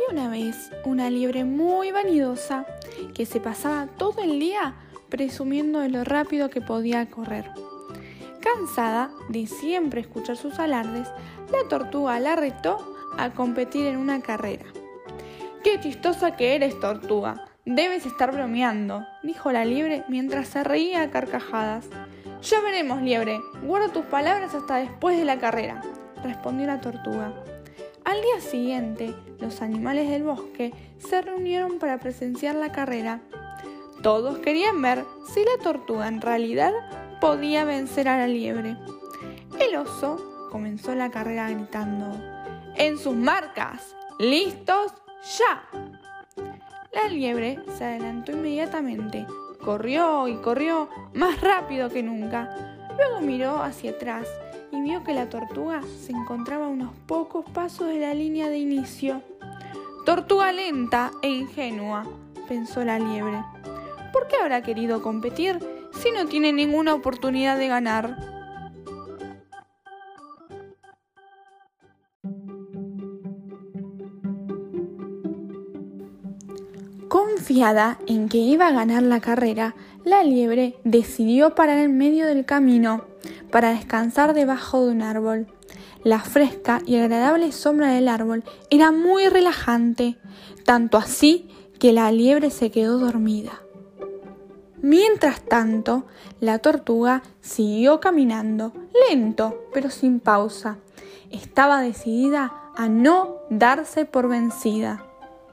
una vez una liebre muy vanidosa que se pasaba todo el día presumiendo de lo rápido que podía correr. Cansada de siempre escuchar sus alardes, la tortuga la retó a competir en una carrera. «¡Qué chistosa que eres, tortuga! Debes estar bromeando», dijo la liebre mientras se reía a carcajadas. «Ya veremos, liebre, guarda tus palabras hasta después de la carrera», respondió la tortuga. Al día siguiente, los animales del bosque se reunieron para presenciar la carrera. Todos querían ver si la tortuga en realidad podía vencer a la liebre. El oso comenzó la carrera gritando: «¡En sus marcas! ¡Listos, ya!». La liebre se adelantó inmediatamente. Corrió y corrió más rápido que nunca. Luego miró hacia atrás y vio que la tortuga se encontraba a unos pocos pasos de la línea de inicio. «Tortuga lenta e ingenua», pensó la liebre. «¿Por qué habrá querido competir si no tiene ninguna oportunidad de ganar?». Confiada en que iba a ganar la carrera, la liebre decidió parar en medio del camino para descansar debajo de un árbol. La fresca y agradable sombra del árbol era muy relajante, tanto así que la liebre se quedó dormida. Mientras tanto, la tortuga siguió caminando, lento pero sin pausa. Estaba decidida a no darse por vencida.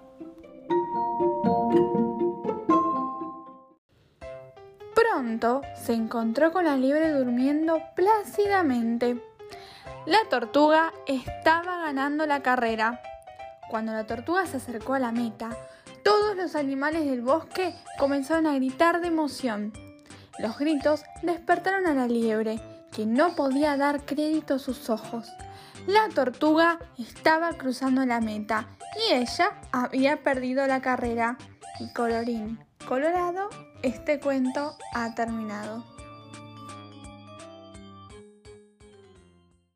Pronto se encontró con la liebre durmiendo plácidamente. La tortuga estaba ganando la carrera. Cuando la tortuga se acercó a la meta, todos los animales del bosque comenzaron a gritar de emoción. Los gritos despertaron a la liebre, que no podía dar crédito a sus ojos. La tortuga estaba cruzando la meta y ella había perdido la carrera. Y colorín colorado, este cuento ha terminado.